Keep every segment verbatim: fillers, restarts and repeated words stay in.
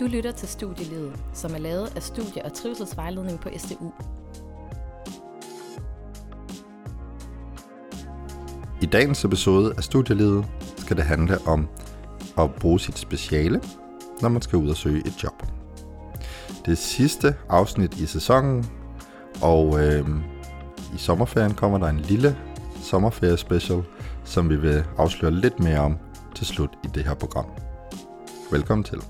Du lytter til Studielivet, som er lavet af Studie- og Trivselsvejledning på S T U. I dagens episode af Studielivet skal det handle om at bruge sit speciale, når man skal ud og søge et job. Det er sidste afsnit i sæsonen, og øh, i sommerferien kommer der en lille sommerferiespecial, som vi vil afsløre lidt mere om til slut i det her program. Velkommen til.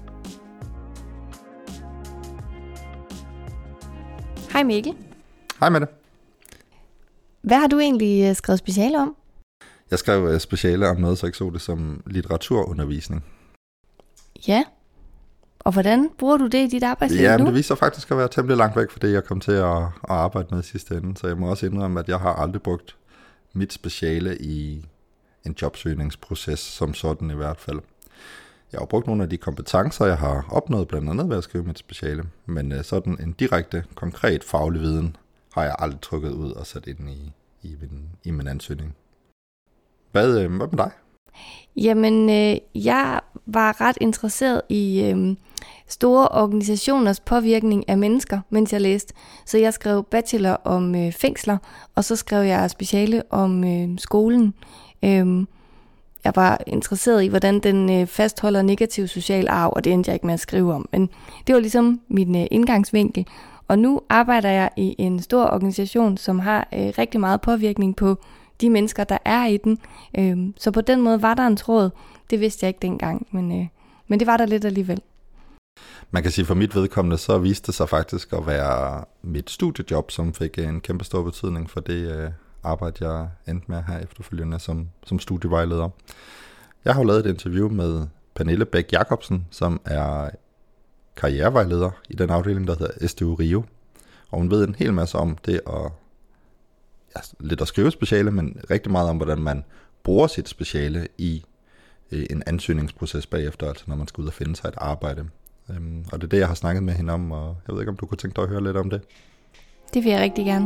Hej Mikkel. Hej Mette. Hvad har du egentlig skrevet speciale om? Jeg skrev speciale om noget så eksotisk som litteraturundervisning. Ja, og hvordan bruger du det i dit arbejdsliv ja, nu? Ja, det viser faktisk at være temmelig langt væk fra det, jeg kom til at, at arbejde med i sidste ende. Så jeg må også indrømme, at jeg har aldrig brugt mit speciale i en jobsøgningsproces, som sådan i hvert fald. Jeg har brugt nogle af de kompetencer, jeg har opnået, blandt andet ved at skrive mit speciale. Men sådan en direkte, konkret faglig viden har jeg aldrig trykket ud og sat ind i, i, min, i min ansøgning. Hvad, hvad med dig? Jamen, øh, jeg var ret interesseret i øh, store organisationers påvirkning af mennesker, mens jeg læste. Så jeg skrev bachelor om øh, fængsler, og så skrev jeg speciale om øh, skolen. Øh, jeg var interesseret i, hvordan den øh, fastholder negativ social arv, og det endte jeg ikke med at skrive om. Men det var ligesom min øh, indgangsvinkel. Og nu arbejder jeg i en stor organisation, som har øh, rigtig meget påvirkning på de mennesker, der er i den. Øhm, så på den måde var der en tråd. Det vidste jeg ikke dengang, men, øh, men det var der lidt alligevel. Man kan sige, for mit vedkommende, så viste det sig faktisk at være mit studiejob, som fik en kæmpe stor betydning for det øh, arbejde, jeg endte med her efterfølgende som, som studievejleder. Jeg har jo lavet et interview med Pernille Bæk Jacobsen, som er karrierevejleder i den afdeling, der hedder S T U Rio. Og hun ved en hel masse om det at Ja, lidt at skrive speciale, men rigtig meget om, hvordan man bruger sit speciale i øh, en ansøgningsproces bagefter, altså når man skal ud og finde sig et arbejde. Øhm, og det er det, jeg har snakket med hende om, og jeg ved ikke, om du kunne tænke dig at høre lidt om det. Det vil jeg rigtig gerne.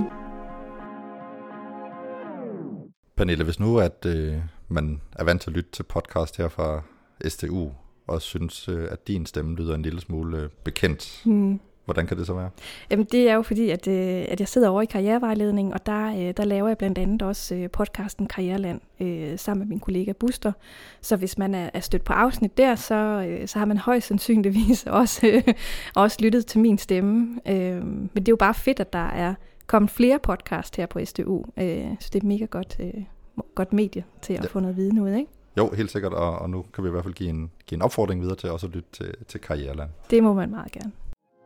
Pernille, hvis nu at øh, man er vant til at lytte til podcast her fra S T U, og synes, øh, at din stemme lyder en lille smule øh, bekendt, hmm. Hvordan kan det så være? Jamen, det er jo fordi, at, at jeg sidder over i karrierevejledning, og der, der laver jeg blandt andet også podcasten Karriereland øh, sammen med min kollega Buster. Så hvis man er, er stødt på afsnit der, så, så har man højst sandsynligvis også, øh, også lyttet til min stemme. Øh, men det er jo bare fedt, at der er kommet flere podcast her på S T U. Øh, så det er et mega godt, øh, godt medie til at ja. få noget viden ud, ikke? Jo, helt sikkert, og, og nu kan vi i hvert fald give en, give en opfordring videre til også at lytte til, til Karriereland. Det må man meget gerne.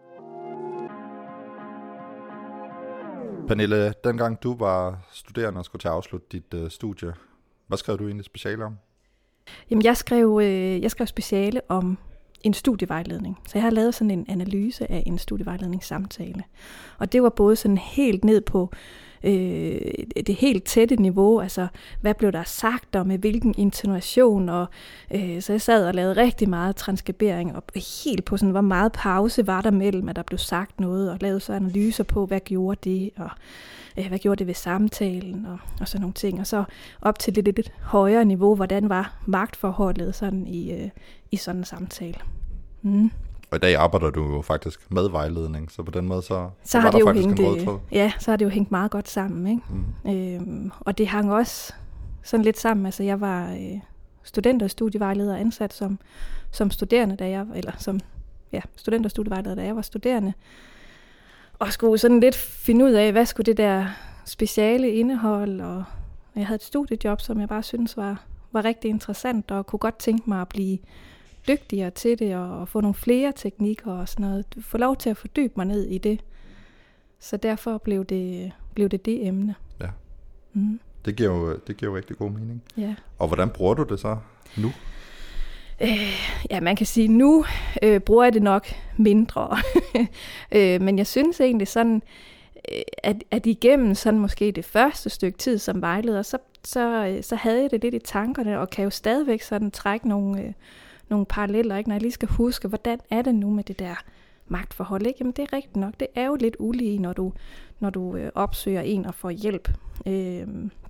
Pernille, dengang du var studerende og skulle til at afslutte dit øh, studie, hvad skrev du egentlig speciale om? Jamen, jeg skrev, øh, jeg skrev speciale om en studievejledning. Så jeg har lavet sådan en analyse af en studievejledningssamtale. Og det var både sådan helt ned på øh, det helt tætte niveau, altså hvad blev der sagt og med hvilken intonation, og øh, så jeg sad og lavede rigtig meget transkribering, og helt på sådan, hvor meget pause var der mellem, at der blev sagt noget, og lavede så analyser på, hvad gjorde det, og øh, hvad gjorde det ved samtalen, og, og sådan nogle ting. Og så op til det lidt, lidt højere niveau, hvordan var magtforholdet sådan i, øh, i sådan en samtale. Mm. Og i dag arbejder du jo faktisk med vejledning, så på den måde så, så, så har var det der jo faktisk hængt, en rød tråd. Ja, så har det jo hængt meget godt sammen, ikke? Mm. Øhm, og det hang også sådan lidt sammen. Altså jeg var øh, student og studievejleder ansat som, som studerende, da jeg eller som ja, student og studievejleder, da jeg var studerende. Og skulle sådan lidt finde ud af, hvad skulle det der speciale indeholde, og jeg havde et studiejob, som jeg bare synes var, var rigtig interessant, og kunne godt tænke mig at blive dygtigere til det, og få nogle flere teknikker og sådan noget. Få lov til at fordybe mig ned i det. Så derfor blev det blev det, det emne. Ja. Mm. Det giver jo det giver jo rigtig god mening. Ja. Og hvordan bruger du det så nu? Øh, ja, man kan sige, nu øh, bruger jeg det nok mindre. øh, men jeg synes egentlig sådan, øh, at, at igennem sådan måske det første stykke tid som vejleder, så, så, øh, så havde jeg det lidt i tankerne, og kan jo stadigvæk sådan trække nogle, øh, nogle paralleller, ikke? Når jeg lige skal huske, hvordan er det nu med det der magtforhold, ikke? Jamen det er rigtigt nok, det er jo lidt ulige, når du, når du øh, opsøger en og får hjælp. Øh,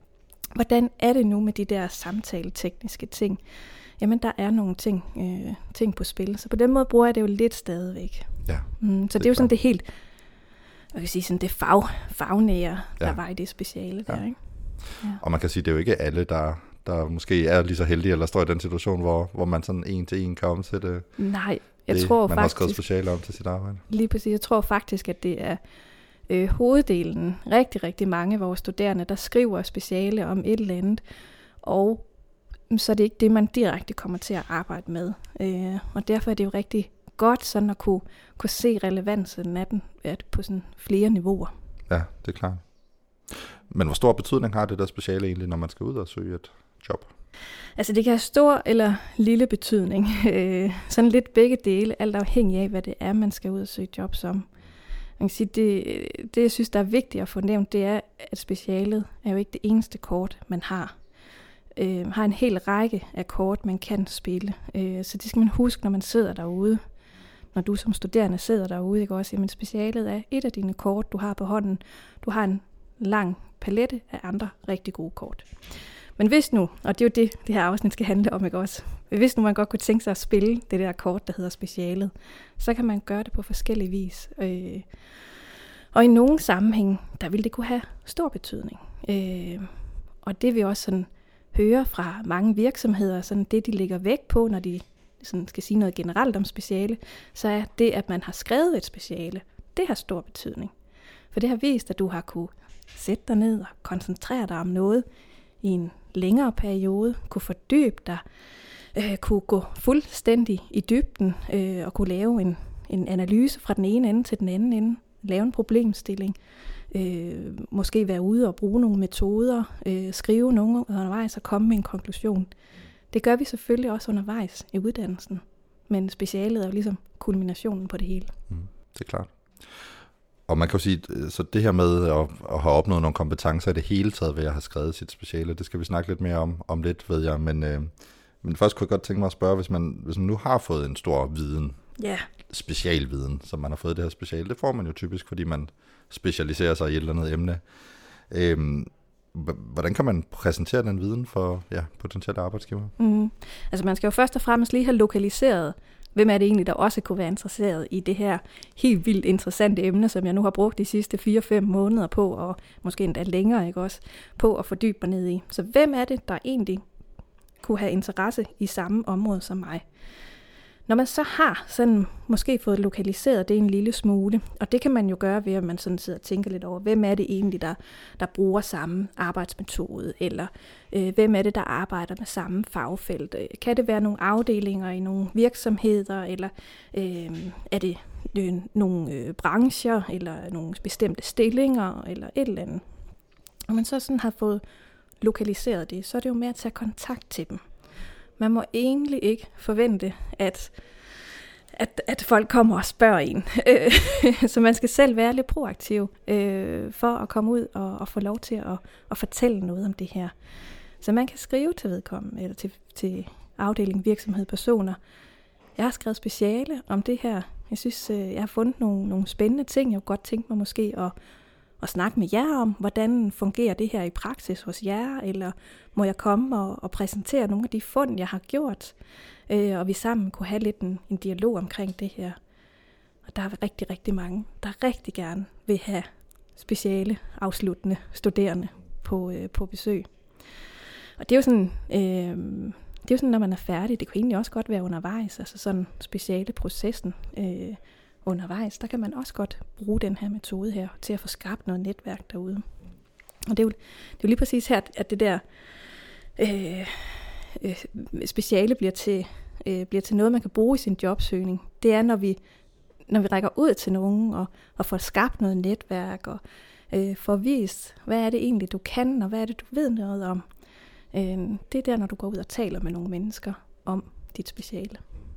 hvordan er det nu med de der samtaletekniske ting? Jamen, der er nogle ting, øh, ting på spil. Så på den måde bruger jeg det jo lidt stadigvæk. Ja, mm, så det, det er jo sådan det helt, jeg kan sige sådan det fag, fagnære, ja. der var i det speciale der, ja. ikke? Ja. Og man kan sige, det er jo ikke alle, der, der måske er lige så heldige, eller står i den situation, hvor, hvor man sådan en til en kan omsætte Nej, jeg det, tror man faktisk, har skrevet speciale om til sit arbejde. Lige præcis, jeg tror faktisk, at det er øh, hoveddelen, rigtig, rigtig mange af vores studerende, der skriver speciale om et eller andet, og så er det ikke det, man direkte kommer til at arbejde med. Øh, og derfor er det jo rigtig godt sådan at kunne, kunne se relevansen af den at på sådan flere niveauer. Ja, det er klart. Men hvor stor betydning har det der speciale egentlig, når man skal ud og søge et job? Altså det kan have stor eller lille betydning. Øh, sådan lidt begge dele, alt afhængig af, hvad det er, man skal ud og søge job som. Man kan sige, det, det, jeg synes, der er vigtigt at få nævnt, det er, at specialet er jo ikke det eneste kort, man har. Øh, har en hel række af kort, man kan spille. Øh, så det skal man huske, når man sidder derude. Når du som studerende sidder derude, ikke også? Jamen specialet er et af dine kort, du har på hånden. Du har en lang palette af andre rigtig gode kort. Men hvis nu, og det er jo det, det her afsnit skal handle om, ikke også? Hvis nu man godt kunne tænke sig at spille det der kort, der hedder specialet, så kan man gøre det på forskellige vis. Øh, og i nogle sammenhæng, der vil det kunne have stor betydning. Øh, og det vil også sådan høre fra mange virksomheder, sådan det de lægger vægt på, når de sådan skal sige noget generelt om speciale, så er det, at man har skrevet et speciale, det har stor betydning. For det har vist, at du har kunne sætte dig ned og koncentrere dig om noget i en længere periode, kunne fordybe dig, øh, kunne gå fuldstændig i dybden øh, og kunne lave en, en analyse fra den ene ende til den anden ende, lave en problemstilling, øh, måske være ude og bruge nogle metoder, øh, skrive nogle undervejs og komme med en konklusion. Det gør vi selvfølgelig også undervejs i uddannelsen, men specialet er jo ligesom kulminationen på det hele. Mm, det er klart. Og man kan jo sige, så det her med at, at have opnået nogle kompetencer i det hele taget ved at have skrevet sit speciale, det skal vi snakke lidt mere om, om lidt, ved jeg. Men, øh, men først kunne jeg godt tænke mig at spørge, hvis man, hvis man nu har fået en stor viden, yeah. specialviden, som man har fået det her speciale, det får man jo typisk, fordi man specialiserer sig i et eller andet emne. Øh, Hvordan kan man præsentere den viden for ja, potentielle arbejdsgiver? Mm. Altså man skal jo først og fremmest lige have lokaliseret, hvem er det egentlig, der også kunne være interesseret i det her helt vildt interessante emne, som jeg nu har brugt de sidste fire fem måneder på, og måske endda længere, ikke også, på at fordybe mig ned i. Så hvem er det, der egentlig kunne have interesse i samme område som mig? Når man så har sådan måske fået lokaliseret det en lille smule, og det kan man jo gøre ved, at man sådan sidder og tænker lidt over, hvem er det egentlig, der, der bruger samme arbejdsmetode, eller øh, hvem er det, der arbejder med samme fagfelt? Kan det være nogle afdelinger i nogle virksomheder, eller øh, er det øh, nogle øh, brancher, eller nogle bestemte stillinger, eller et eller andet? Når man så sådan har fået lokaliseret det, så er det jo med at tage kontakt til dem. Man må egentlig ikke forvente, at, at, at folk kommer og spørger en. Så man skal selv være lidt proaktiv øh, for at komme ud og, og få lov til at, at fortælle noget om det her. Så man kan skrive til vedkommende, eller til, til afdeling, virksomhed, personer. Jeg har skrevet speciale om det her. Jeg synes, jeg har fundet nogle, nogle spændende ting. Jeg kunne godt tænke mig måske at og snakke med jer om, hvordan fungerer det her i praksis hos jer, eller må jeg komme og, og præsentere nogle af de fund, jeg har gjort, øh, og vi sammen kunne have lidt en, en dialog omkring det her. Og der er rigtig, rigtig mange, der rigtig gerne vil have speciale, afsluttende studerende på, øh, på besøg. Og det er jo sådan, øh, det er jo sådan, når man er færdig, det kunne egentlig også godt være undervejs, altså sådan speciale processen, øh, undervejs, der kan man også godt bruge den her metode her til at få skabt noget netværk derude. Og det er jo, det er jo lige præcis her, at det der øh, øh, speciale bliver til, øh, bliver til noget, man kan bruge i sin jobsøgning. Det er, når vi, når vi rækker ud til nogen og, og får skabt noget netværk og øh, får vist, hvad er det egentlig, du kan, og hvad er det, du ved noget om. Øh, det er der, når du går ud og taler med nogle mennesker om dit speciale.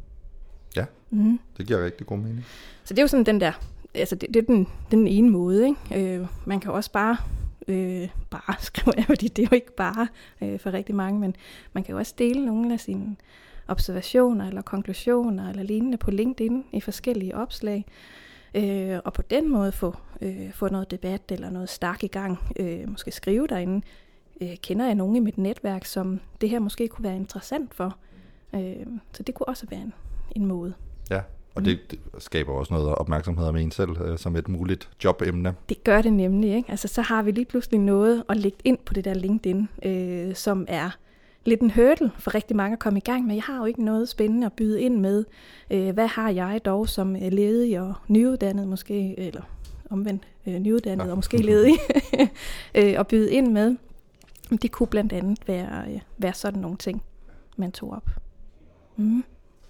Ja, mm. det giver rigtig god mening. Så det er jo sådan den der, altså det, det er den, den ene måde, ikke? Øh, man kan også bare, øh, bare skrive af, fordi det er jo ikke bare øh, for rigtig mange, men man kan jo også dele nogle af sine observationer eller konklusioner eller lignende på LinkedIn i forskellige opslag, øh, og på den måde få, øh, få noget debat eller noget stak i gang, øh, måske skrive derinde. øh, kender jeg nogen i mit netværk, som det her måske kunne være interessant for. Øh, så det kunne også være en, en måde. Ja, og det, det skaber også noget opmærksomhed om en selv, øh, som et muligt jobemne. Det gør det nemlig, ikke? Altså, så har vi lige pludselig noget at lægge ind på det der LinkedIn, øh, som er lidt en hurdle for rigtig mange at komme i gang med. Jeg har jo ikke noget spændende at byde ind med. Øh, hvad har jeg dog som ledig og nyuddannet måske, eller omvendt øh, nyuddannet ja. og måske ledig, øh, at byde ind med. Det kunne blandt andet være, øh, være sådan nogle ting, man tog op. Mm.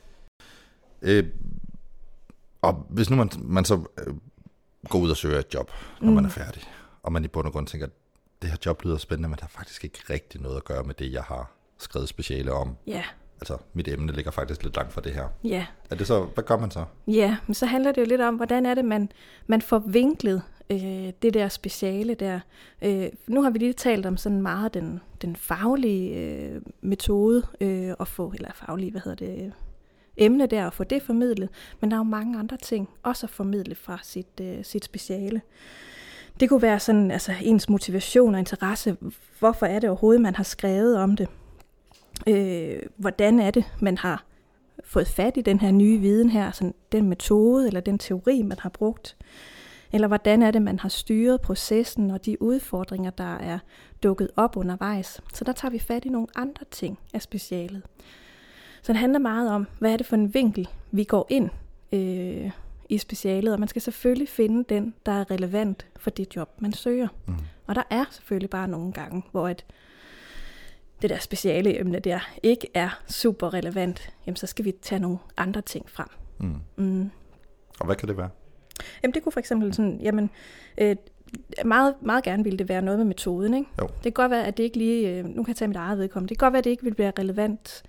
Øh, og hvis nu man, man så øh, går ud og søger et job, når mm. man er færdig, og man i bund og grund tænker, at det her job lyder spændende, men der er faktisk ikke rigtig noget at gøre med det, jeg har skrevet speciale om. Ja. Yeah. Altså, mit emne ligger faktisk lidt langt fra det her. Ja. Yeah. Er det så, hvad gør man så? Ja, yeah, men så handler det jo lidt om, hvordan er det, man, man får vinklet øh, det der speciale der. Øh, nu har vi lige talt om sådan meget den, den faglige øh, metode øh, at få, eller faglige, hvad hedder det, emne der, at få det formidlet. Men der er jo mange andre ting også at formidle fra sit, øh, sit speciale. Det kunne være sådan, altså ens motivation og interesse. Hvorfor er det overhovedet, man har skrevet om det? Øh, hvordan er det, man har fået fat i den her nye viden her, sådan den metode eller den teori, man har brugt? Eller hvordan er det, man har styret processen og de udfordringer, der er dukket op undervejs? Så der tager vi fat i nogle andre ting af specialet. Så det handler meget om, hvad er det for en vinkel, vi går ind øh, i specialet, og man skal selvfølgelig finde den, der er relevant for det job, man søger. Mm. Og der er selvfølgelig bare nogle gange, hvor et, det der speciale emne der ikke er super relevant, jamen så skal vi tage nogle andre ting frem. Mm. Mm. Og hvad kan det være? Jamen det kunne for eksempel sådan, jamen øh, meget, meget gerne ville det være noget med metoden, ikke? Jo. Det kan godt være, at det ikke lige, øh, nu kan jeg tage mit eget vedkommende, det kan godt være, at det ikke ville være relevant,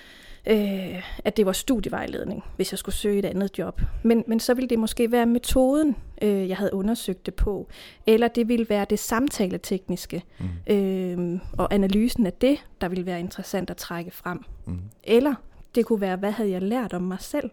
Øh, at det var studievejledning, hvis jeg skulle søge et andet job. Men, men så ville det måske være metoden, øh, jeg havde undersøgt det på, eller det ville være det samtaletekniske, mm. øh, og analysen af det, der ville være interessant at trække frem. Mm. Eller det kunne være, hvad havde jeg lært om mig selv?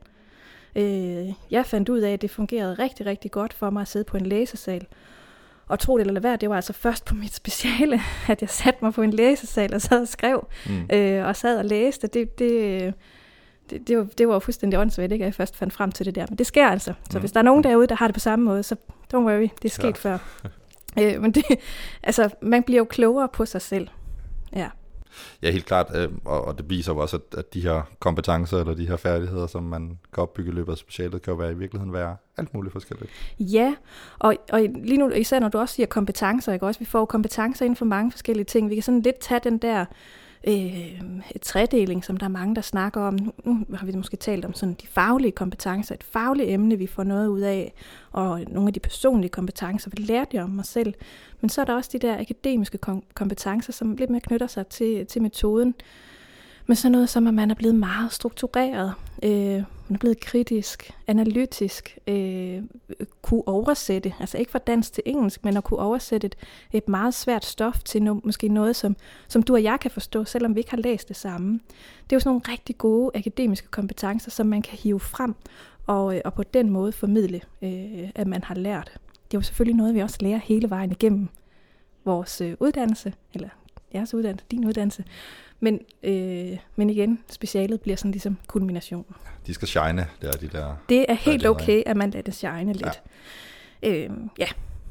Øh, jeg fandt ud af, at det fungerede rigtig, rigtig godt for mig at sidde på en læsesal. Og tro det eller lade være, det var altså først på mit speciale, at jeg satte mig på en læsesal og sad og skrev, mm. øh, og sad og læste. Det, det, det, det, var, det var jo fuldstændig åndssvagt, ikke, at jeg først fandt frem til det der. Men det sker altså. Så mm. hvis der er nogen derude, der har det på samme måde, så don't worry, det er sket ja. før. øh, men det, altså, man bliver jo klogere på sig selv. Ja. Ja, helt klart, øh, og, og det viser jo også, at, at de her kompetencer eller de her færdigheder, som man kan opbygge i løbet af specialet, kan jo være, i virkeligheden være alt muligt forskelligt. Ja, og, og lige nu, især når du også siger kompetencer, ikke også? Vi får kompetencer inden for mange forskellige ting. Vi kan sådan lidt tage den der øh, tredeling, som der er mange, der snakker om. Nu, nu har vi måske talt om sådan de faglige kompetencer, et fagligt emne, vi får noget ud af, og nogle af de personlige kompetencer, hvad lærte jeg om mig selv. Men så er der også de der akademiske kom- kompetencer, som lidt mere knytter sig til, til metoden. Men så noget som, at man er blevet meget struktureret, øh, man er blevet kritisk, analytisk, øh, kunne oversætte, altså ikke fra dansk til engelsk, men at kunne oversætte et, et meget svært stof til no, måske noget, som, som du og jeg kan forstå, selvom vi ikke har læst det samme. Det er jo sådan nogle rigtig gode akademiske kompetencer, som man kan hive frem, og, og på den måde formidle, øh, at man har lært. Det er jo selvfølgelig noget, vi også lærer hele vejen igennem vores øh, uddannelse, eller jeres uddannelse, din uddannelse. Men, øh, men igen, specialet bliver sådan ligesom kulminationen. De skal shine, det er de der... Det er helt okay, at man lader det shine lidt. Ja. Øh, ja.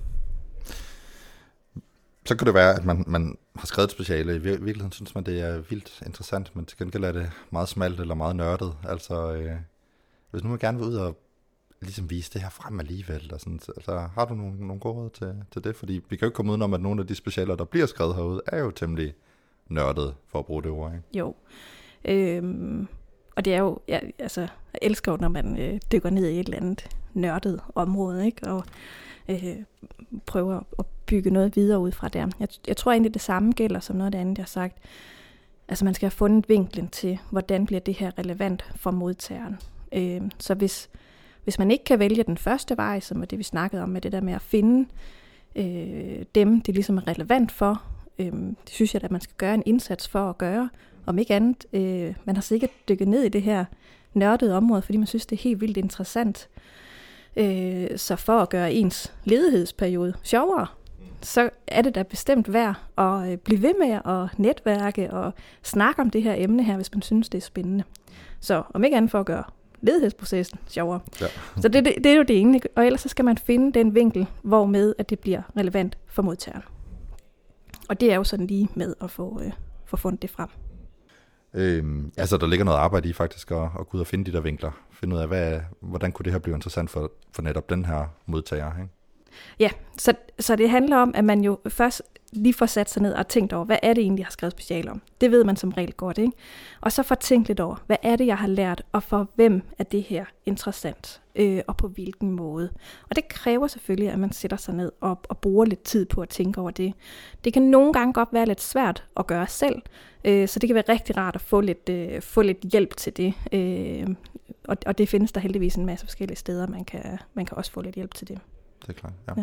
Så kan det være, at man, man har skrevet et speciale. I virkeligheden synes man, det er vildt interessant, men til gengæld er det meget smalt eller meget nørdet. Altså, øh, hvis nu man gerne vil ud og ligesom vise det her frem alligevel, og sådan, altså, har du nogle, nogle gode råd til, til det? Fordi vi kan jo ikke komme udenom, at nogle af de specialer, der bliver skrevet herude, er jo temmelig nørdet, for at bruge det ord, ikke? Jo. Øhm, og det er jo, ja, altså, jeg elsker jo, når man øh, dykker ned i et eller andet nørdet område, ikke? Og øh, prøver at bygge noget videre ud fra der. Jeg, jeg tror egentlig, det samme gælder som noget af det andet, jeg har sagt. Altså, man skal have fundet vinklen til, hvordan bliver det her relevant for modtageren. Øh, så hvis, hvis man ikke kan vælge den første vej, som er det, vi snakkede om, med det der med at finde øh, dem, det ligesom er relevant for, det synes jeg, at man skal gøre en indsats for at gøre. Om ikke andet, øh, man har sikkert dykket ned i det her nørdede område, fordi man synes, det er helt vildt interessant. Øh, så for at gøre ens ledighedsperiode sjovere, så er det da bestemt værd at øh, blive ved med at netværke og snakke om det her emne her, hvis man synes, det er spændende. Så om ikke andet for at gøre ledighedsprocessen sjovere. Ja. Så det, det, det er jo det ene, og ellers så skal man finde den vinkel, hvormed at det bliver relevant for modtageren. Og det er jo sådan lige med at få, øh, få fundet det frem. Øhm, altså der ligger noget arbejde i faktisk at, at gå ud og finde de der vinkler. Finde ud af, hvad, hvordan kunne det her blive interessant for, for netop den her modtager, ikke? Ja, så, så det handler om, at man jo først lige får sat sig ned og tænkt over, hvad er det egentlig, jeg har skrevet special om? Det ved man som regel godt, ikke? Og så får tænkt lidt over, hvad er det, jeg har lært, og for hvem er det her interessant, øh, og på hvilken måde. Og det kræver selvfølgelig, at man sætter sig ned og, og bruger lidt tid på at tænke over det. Det kan nogle gange godt være lidt svært at gøre selv, øh, så det kan være rigtig rart at få lidt, øh, få lidt hjælp til det. Øh, og, og det findes der heldigvis en masse forskellige steder, man kan, man kan også få lidt hjælp til det. Det er klart, ja. ja.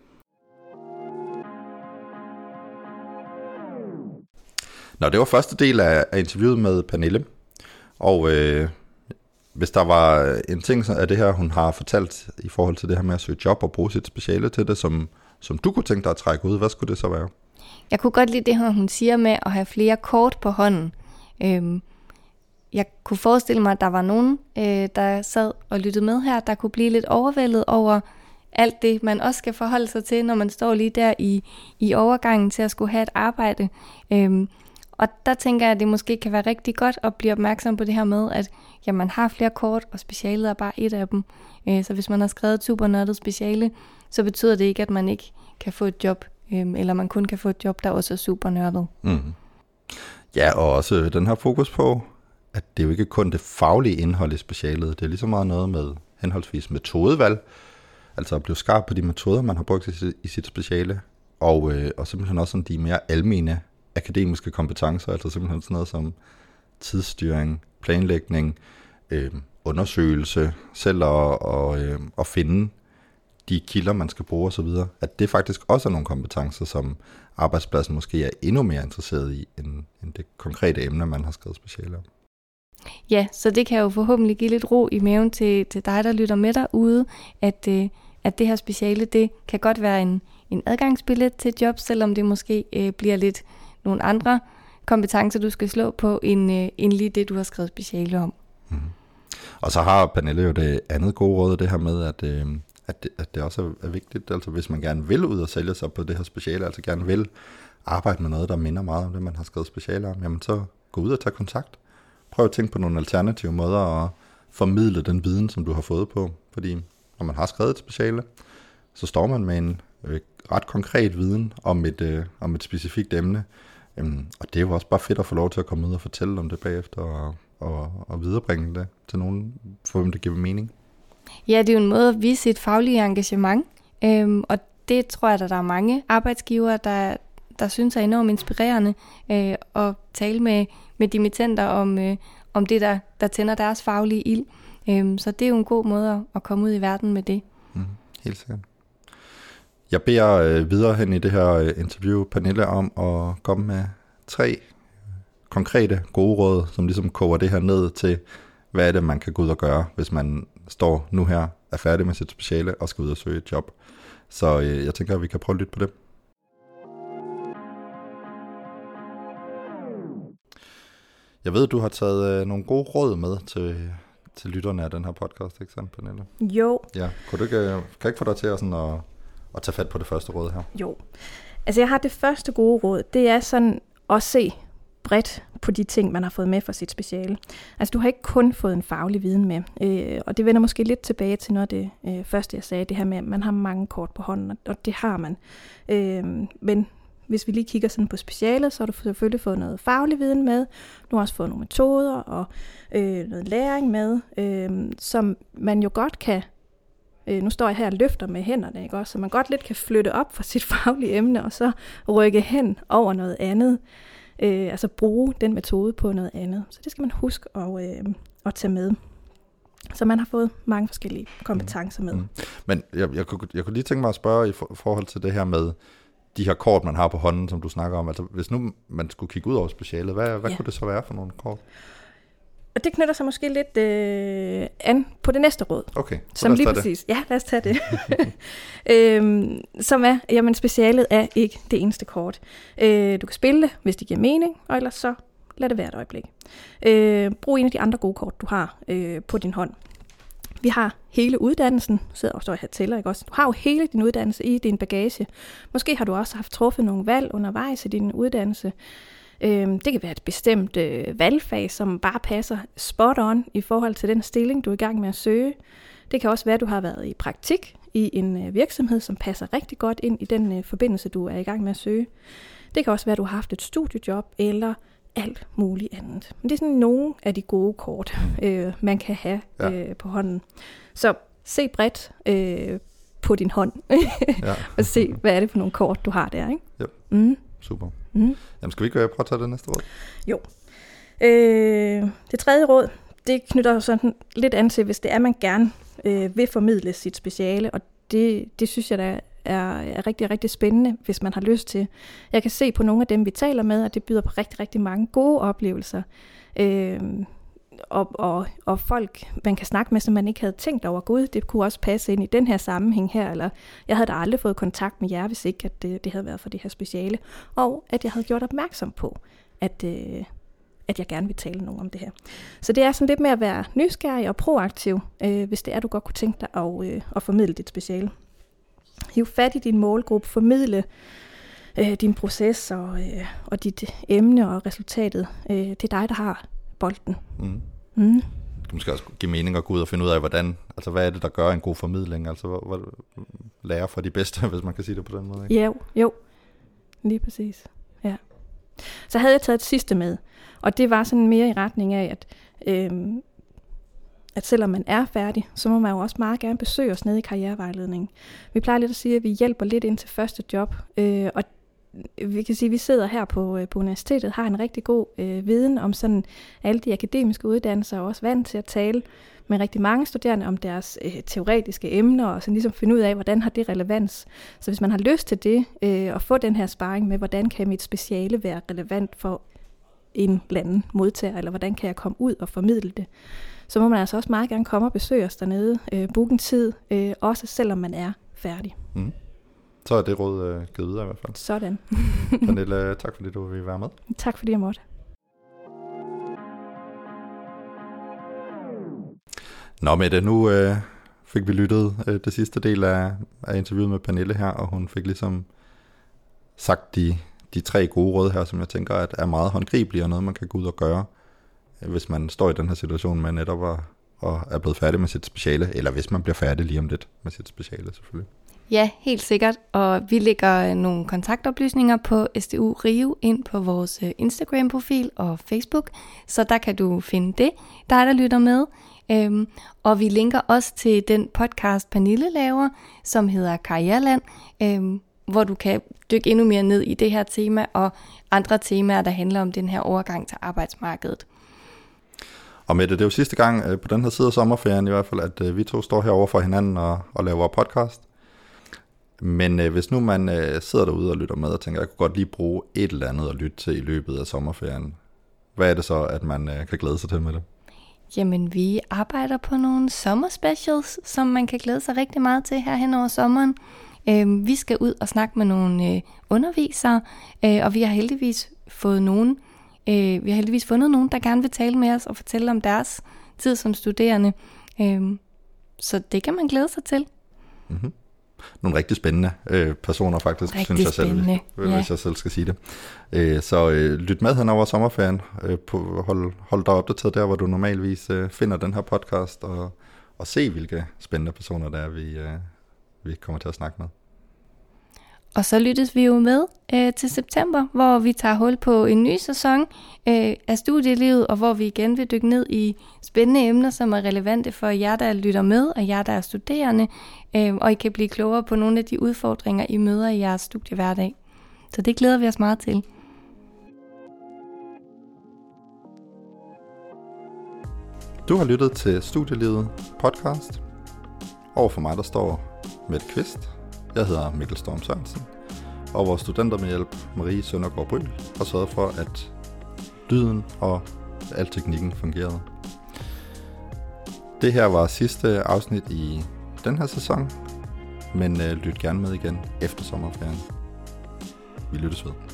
Nå, det var første del af, af interviewet med Pernille, og øh, hvis der var en ting af det her, hun har fortalt i forhold til det her med at søge job og bruge sit speciale til det, som, som du kunne tænke dig at trække ud, hvad skulle det så være? Jeg kunne godt lide det her, hun siger med at have flere kort på hånden. Øhm, jeg kunne forestille mig, at der var nogen, øh, der sad og lyttede med her, der kunne blive lidt overvældet over alt det, man også skal forholde sig til, når man står lige der i, i overgangen til at skulle have et arbejde. Øhm, og der tænker jeg, at det måske kan være rigtig godt at blive opmærksom på det her med, at ja, man har flere kort, og specialet er bare et af dem. Øh, så hvis man har skrevet et super nørdet speciale, så betyder det ikke, at man ikke kan få et job, øh, eller man kun kan få et job, der også er super nørdet. Mm. Ja, og også den her fokus på, at det jo ikke kun det faglige indhold i specialet, det er lige så meget noget med henholdsvis metodevalg, altså at blive skarp på de metoder, man har brugt i, i sit speciale, og, øh, og simpelthen også sådan de mere almene akademiske kompetencer, altså simpelthen sådan noget som tidsstyring, planlægning, øh, undersøgelse, selv at, og, øh, at finde de kilder, man skal bruge osv., at det faktisk også er nogle kompetencer, som arbejdspladsen måske er endnu mere interesseret i, end, end det konkrete emne, man har skrevet speciale om. Ja, så det kan jo forhåbentlig give lidt ro i maven til, til dig, der lytter med derude, at, øh, at det her speciale, det kan godt være en, en adgangsbillet til et job, selvom det måske øh, bliver lidt nogle andre kompetencer, du skal slå på, end, øh, end lige det, du har skrevet speciale om. Mm. Og så har Pernille jo det andet gode råd, det her med, at, øh, at, det, at det også er, er vigtigt, altså hvis man gerne vil ud og sælge sig på det her speciale, altså gerne vil arbejde med noget, der minder meget om det, man har skrevet speciale om, jamen så gå ud og tage kontakt. Prøv at tænke på nogle alternative måder at formidle den viden, som du har fået på. Fordi når man har skrevet et speciale, så står man med en øh, ret konkret viden om et, øh, om et specifikt emne. Øhm, og det er jo også bare fedt at få lov til at komme ud og fortælle om det bagefter, og, og, og viderebringe det til nogen, for hvem det giver mening. Ja, det er jo en måde at vise sit faglige engagement. Øhm, og det tror jeg, at der er mange arbejdsgivere, der, der synes er enormt inspirerende øh, at tale med, med dimittenter om, øh, om det, der, der tænder deres faglige ild. Øhm, så det er jo en god måde at, at komme ud i verden med det. Mm, helt sikkert. Jeg beder øh, videre hen i det her øh, interview Pernille om at komme med tre konkrete gode råd, som ligesom koger det her ned til, hvad er det, man kan gå ud og gøre, hvis man står nu her, er færdig med sit speciale og skal ud og søge et job. Så øh, jeg tænker, at vi kan prøve at lytte på det. Jeg ved, du har taget øh, nogle gode råd med til, til lytterne af den her podcast, ikke sandt, Pernille? Jo. Ja, kunne du ikke, kan jeg ikke få dig til at, sådan at, at tage fat på det første råd her? Jo. Altså jeg har det første gode råd, det er sådan at se bredt på de ting, man har fået med for sit speciale. Altså du har ikke kun fået en faglig viden med, øh, og det vender måske lidt tilbage til noget af det øh, første, jeg sagde, det her med, at man har mange kort på hånden, og det har man. Øh, men hvis vi lige kigger sådan på specialet, så har du selvfølgelig fået noget faglig viden med. Du har også fået nogle metoder og øh, noget læring med, øh, som man jo godt kan, øh, nu står jeg her og løfter med hænderne, ikke også? Så man godt lidt kan flytte op fra sit faglige emne, og så rykke hen over noget andet. Øh, altså bruge den metode på noget andet. Så det skal man huske at, øh, at tage med. Så man har fået mange forskellige kompetencer med. Mm. Men jeg, jeg, kunne, jeg kunne lige tænke mig at spørge i for, forhold til det her med de her kort, man har på hånden, som du snakker om. Altså hvis nu man skulle kigge ud over specialet, hvad, hvad ja. kunne det så være for nogle kort? og det knytter sig måske lidt øh, an på det næste råd. Okay, som lige præcis. Det. Ja, lad os tage det. øhm, som er, jamen specialet er ikke det eneste kort. Øh, du kan spille det, hvis det giver mening, og ellers så lad det være et øjeblik. Øh, brug en af de andre gode kort, du har øh, på din hånd. Vi har hele uddannelsen, sidder og står her tæller, ikke også? Du har jo hele din uddannelse i din bagage. Måske har du også haft truffet nogle valg undervejs i din uddannelse. Det kan være et bestemt øh, valgfag, som bare passer spot on i forhold til den stilling, du er i gang med at søge. Det kan også være, at du har været i praktik i en øh, virksomhed, som passer rigtig godt ind i den øh, forbindelse, du er i gang med at søge. Det kan også være, at du har haft et studiejob eller alt muligt andet. Men det er sådan nogle af de gode kort, øh, man kan have øh, ja. på hånden. Så se bredt øh, på din hånd ja. og se, hvad er det for nogle kort, du har der, ikke? Ja. Mm. Super. Mm. Jamen skal vi ikke prøve at tage det næste råd? Jo. Øh, det tredje råd, det knytter sådan lidt an til, hvis det er, man gerne øh, vil formidle sit speciale, og det, det synes jeg da er, er rigtig, rigtig spændende, hvis man har lyst til. Jeg kan se på nogle af dem, vi taler med, at det byder på rigtig, rigtig mange gode oplevelser. Øh, og, og, og folk, man kan snakke med, som man ikke havde tænkt over, gud, det kunne også passe ind i den her sammenhæng her, eller jeg havde da aldrig fået kontakt med jer, hvis ikke at det, det havde været for det her speciale, og at jeg havde gjort opmærksom på, at, øh, at jeg gerne vil tale nogen om det her. Så det er sådan lidt med at være nysgerrig og proaktiv, øh, hvis det er, du godt kunne tænke dig at, øh, at formidle dit speciale. Hiv fat i din målgruppe, formidle øh, din proces og, øh, og dit emne og resultatet. Øh, det er dig, der har bolden. Mm. Mm. Det kan måske også give mening at gå ud og finde ud af, hvordan, altså hvad er det, der gør en god formidling? Altså hvad, hvad, lære fra de bedste, hvis man kan sige det på den måde, ikke? Jo, jo. Lige præcis. Ja. Så havde jeg taget et sidste med, og det var sådan mere i retning af, at, øhm, at selvom man er færdig, så må man jo også meget gerne besøge os nede i karrierevejledningen. Vi plejer lidt at sige, at vi hjælper lidt ind til første job, øh, og vi kan sige, at vi sidder her på, på universitetet, har en rigtig god øh, viden om sådan alle de akademiske uddannelser, og også vant til at tale med rigtig mange studerende om deres øh, teoretiske emner, og sådan ligesom finde ud af, hvordan har det relevans. Så hvis man har lyst til det, øh, at få den her sparring med, hvordan kan mit speciale være relevant for en eller anden modtager, eller hvordan kan jeg komme ud og formidle det, så må man altså også meget gerne komme og besøge os dernede, øh, booke en tid, øh, også selvom man er færdig. Mm. Så er det råd øh, givet videre i hvert fald. Sådan. Pernille, tak fordi du vil være med. Tak fordi jeg måtte. Nå Mette, nu øh, fik vi lyttet øh, det sidste del af, af interviewet med Pernille her, og hun fik ligesom sagt de, de tre gode råd her, som jeg tænker at er meget håndgribelige og noget, man kan gå ud og gøre, øh, hvis man står i den her situation med netop at, og er blevet færdig med sit speciale, eller hvis man bliver færdig lige om lidt med sit speciale selvfølgelig. Ja, helt sikkert, og vi lægger nogle kontaktoplysninger på S D U Rio ind på vores Instagram-profil og Facebook, så der kan du finde det, der der lytter med. Øhm, og vi linker også til den podcast, Pernille laver, som hedder Karriereland, øhm, hvor du kan dykke endnu mere ned i det her tema og andre temaer, der handler om den her overgang til arbejdsmarkedet. Og Mette, det er jo sidste gang øh, på den her side af sommerferien i hvert fald, at øh, vi to står herovre for hinanden og, og laver podcast. Men øh, hvis nu man øh, sidder derude og lytter med og tænker, jeg kunne godt lige bruge et eller andet at lytte til i løbet af sommerferien, hvad er det så, at man øh, kan glæde sig til med det? Jamen, vi arbejder på nogle sommerspecials, som man kan glæde sig rigtig meget til her hen over sommeren. Øh, vi skal ud og snakke med nogle øh, undervisere, øh, og vi har heldigvis fået nogen, øh, vi har heldigvis fundet nogen, der gerne vil tale med os og fortælle om deres tid som studerende. Øh, så det kan man glæde sig til. Mm-hmm. Nogle rigtig spændende øh, personer faktisk, rigtig synes jeg selv, spændende. hvis Ja. jeg selv skal sige det. Øh, så øh, lyt med hen over sommerferien. Øh, på, hold, hold dig opdateret der, hvor du normalvis øh, finder den her podcast, og, og se, hvilke spændende personer der er, vi, øh, vi kommer til at snakke med. Og så lyttes vi jo med øh, til september, hvor vi tager hul på en ny sæson øh, af studielivet, og hvor vi igen vil dykke ned i spændende emner, som er relevante for jer, der lytter med, og jer, der er studerende, øh, og I kan blive klogere på nogle af de udfordringer, I møder i jeres studiehverdag. Så det glæder vi os meget til. Du har lyttet til Studielivet podcast. Overfor mig, der står Mette Kvist. Jeg hedder Mikkel Storm Sørensen, og vores studentermedhjælp Marie Søndergaard Bryl har sørget for, at lyden og al teknikken fungerede. Det her var sidste afsnit i den her sæson, men øh, lyt gerne med igen efter sommerferien. Vi lyttes ved.